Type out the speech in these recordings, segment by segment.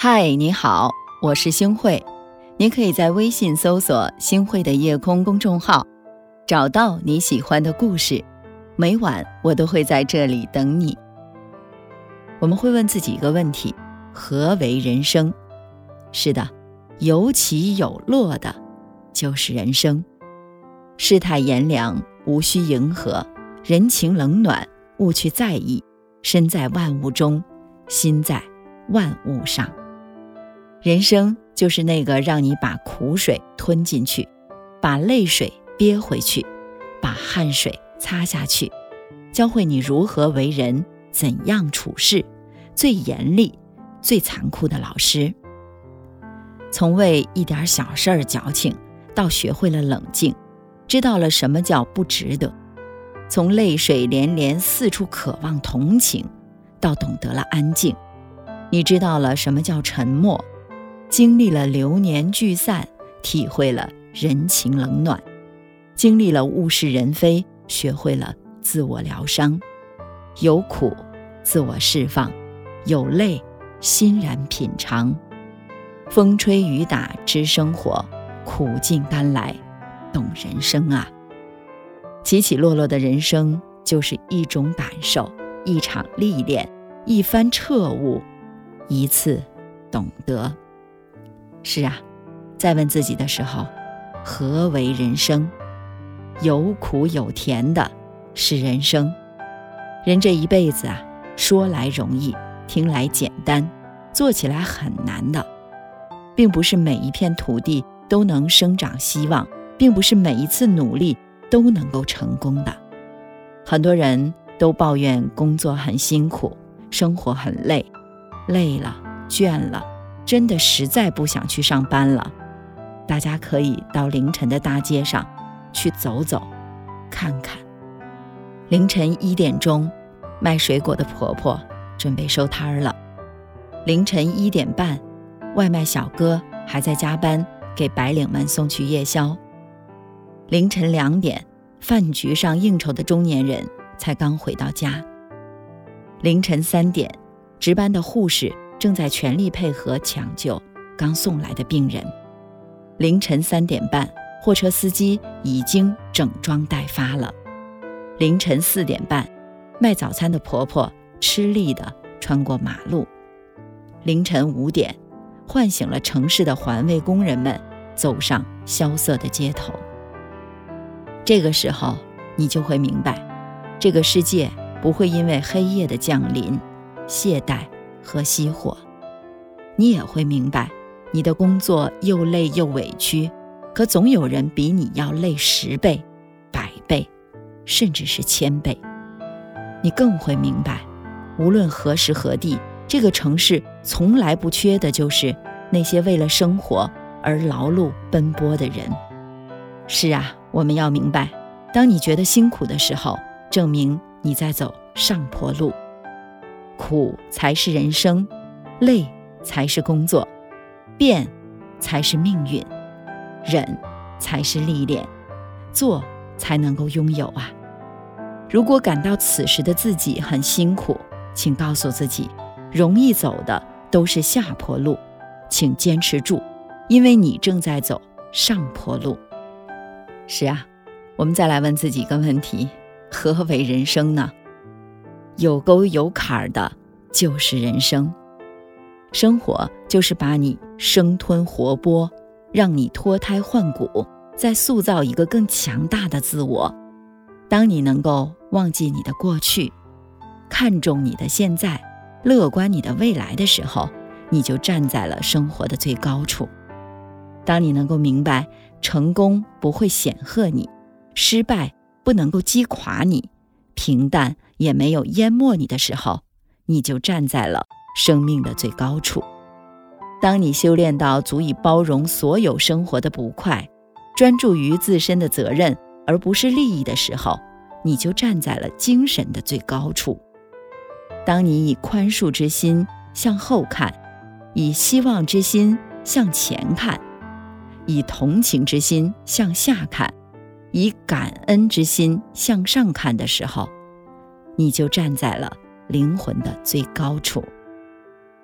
嗨，你好，我是星慧。你可以在微信搜索星慧的夜空公众号，找到你喜欢的故事。每晚我都会在这里等你。我们会问自己一个问题：何为人生？是的，有起有落的就是人生。世态炎凉，无需迎合；人情冷暖，勿去在意。身在万物中，心在万物上。人生就是那个让你把苦水吞进去，把泪水憋回去，把汗水擦下去，教会你如何为人，怎样处事，最严厉最残酷的老师。从为一点小事儿矫情，到学会了冷静，知道了什么叫不值得。从泪水连连四处渴望同情，到懂得了安静。你知道了什么叫沉默，经历了流年聚散，体会了人情冷暖，经历了物是人非，学会了自我疗伤。有苦自我释放，有泪欣然品尝。风吹雨打知生活，苦尽甘来懂人生啊。起起落落的人生就是一种感受，一场历练，一番彻悟，一次懂得。是啊，在问自己的时候，何为人生？有苦有甜的是人生。人这一辈子啊，说来容易，听来简单，做起来很难的。并不是每一片土地都能生长希望，并不是每一次努力都能够成功的。很多人都抱怨工作很辛苦，生活很累，累了倦了，真的实在不想去上班了。大家可以到凌晨的大街上去走走看看。凌晨1点钟，卖水果的婆婆准备收摊了。凌晨1点半，外卖小哥还在加班，给白领们送去夜宵。凌晨2点，饭局上应酬的中年人才刚回到家。凌晨3点，值班的护士正在全力配合抢救刚送来的病人。凌晨3点半，货车司机已经整装待发了。凌晨4点半，卖早餐的婆婆吃力地穿过马路。凌晨5点，唤醒了城市的环卫工人们走上萧瑟的街头。这个时候，你就会明白，这个世界不会因为黑夜的降临懈怠和熄火。你也会明白，你的工作又累又委屈，可总有人比你要累10倍、100倍，甚至是1000倍。你更会明白，无论何时何地，这个城市从来不缺的就是那些为了生活而劳碌奔波的人。是啊，我们要明白，当你觉得辛苦的时候，证明你在走上坡路。苦才是人生，累才是工作，变才是命运，忍才是历练，做才能够拥有啊。如果感到此时的自己很辛苦，请告诉自己，容易走的都是下坡路，请坚持住，因为你正在走上坡路。是啊，我们再来问自己一个问题：何为人生呢？有沟有坎的就是人生。生活就是把你生吞活剥，让你脱胎换骨，再塑造一个更强大的自我。当你能够忘记你的过去，看重你的现在，乐观你的未来的时候，你就站在了生活的最高处。当你能够明白成功不会显赫你，失败不能够击垮你，平淡也没有淹没你的时候，你就站在了生命的最高处。当你修炼到足以包容所有生活的不快，专注于自身的责任而不是利益的时候，你就站在了精神的最高处。当你以宽恕之心向后看，以希望之心向前看，以同情之心向下看，以感恩之心向上看的时候，你就站在了灵魂的最高处。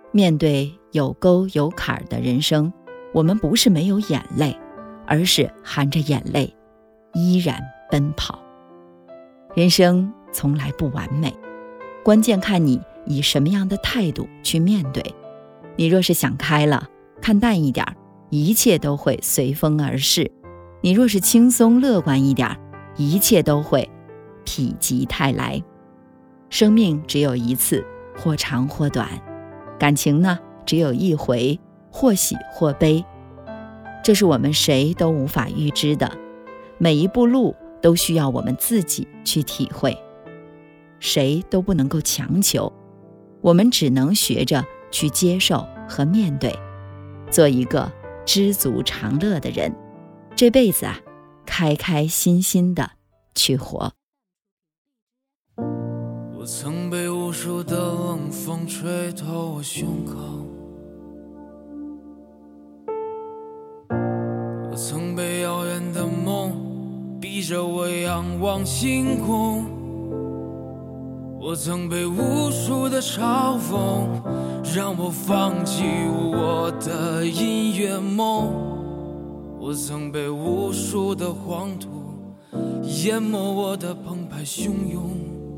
面对有沟有坎的人生，我们不是没有眼泪，而是含着眼泪依然奔跑。人生从来不完美，关键看你以什么样的态度去面对。你若是想开了，看淡一点，一切都会随风而逝；你若是轻松乐观一点，一切都会否极泰来。生命只有一次，或长或短；感情呢，只有一回，或喜或悲。这是我们谁都无法预知的，每一步路都需要我们自己去体会，谁都不能够强求，我们只能学着去接受和面对，做一个知足常乐的人。这辈子啊，开开心心的去活。 我曾被无数的冷风吹透我胸口，我曾被遥远的梦逼着我仰望星空，我曾被无数的嘲讽让我放弃我的音乐梦，我曾被无数的黄土淹没我的澎湃汹涌。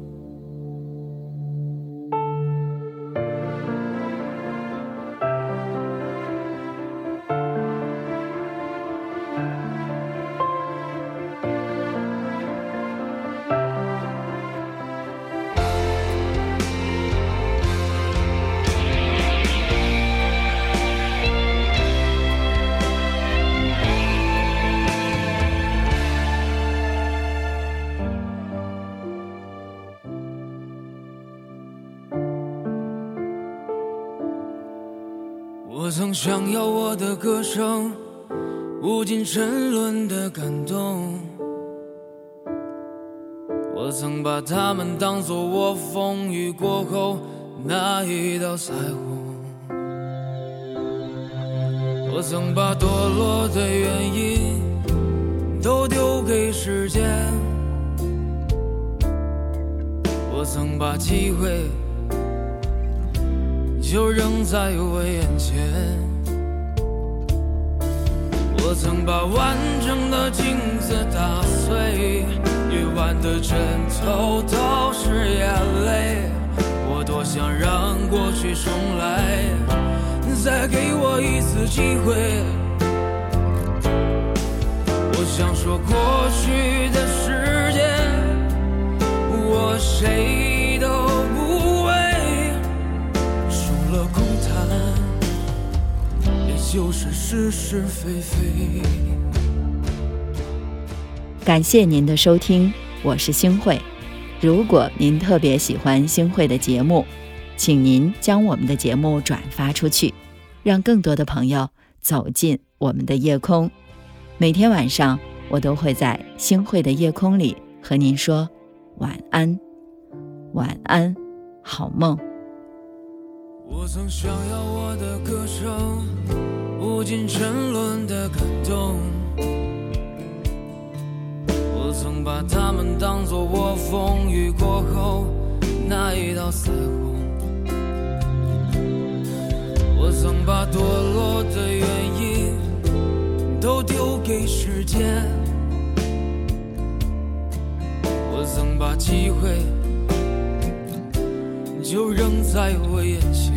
我曾想要我的歌声无尽沉沦的感动，我曾把它们当作我风雨过后那一道彩虹，我曾把堕落的原因都丢给时间，我曾把机会就扔在我眼前，我曾把完整的镜子打碎，夜晚的枕头都是眼泪，我多想让过去重来，再给我一次机会。我想说过去的时间我谁都不为，输了空谈也就是是是非非。 感谢您的收听，我是星慧。如果您特别喜欢星慧的节目，请您将我们的节目转发出去，让更多的朋友走进我们的夜空。每天晚上我都会在星慧的夜空里和您说晚安，晚安，好梦。 我曾想要我的歌声无尽沉沦的感动，我曾把它们当作我风雨过后那一道彩虹，我曾把堕落的原因都丢给时间，我曾把机会就扔在我眼前，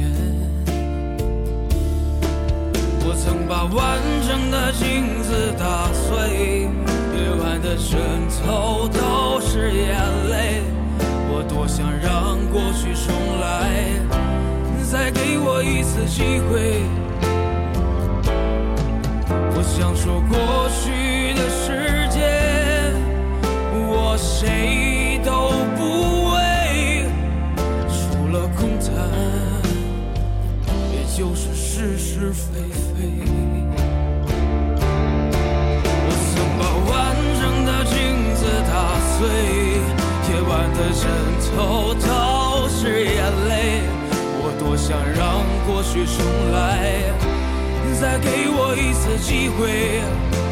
我曾把完整的镜子打碎，夜晚的枕头都是眼泪，我多想让过去重来，再给我一次机会。我想说过去的时间我谁都不为，除了空谈也就是是是非非。我曾把完整的镜子打碎，夜晚的枕头都是眼泪，我多想让过去重来，再给我一次机会。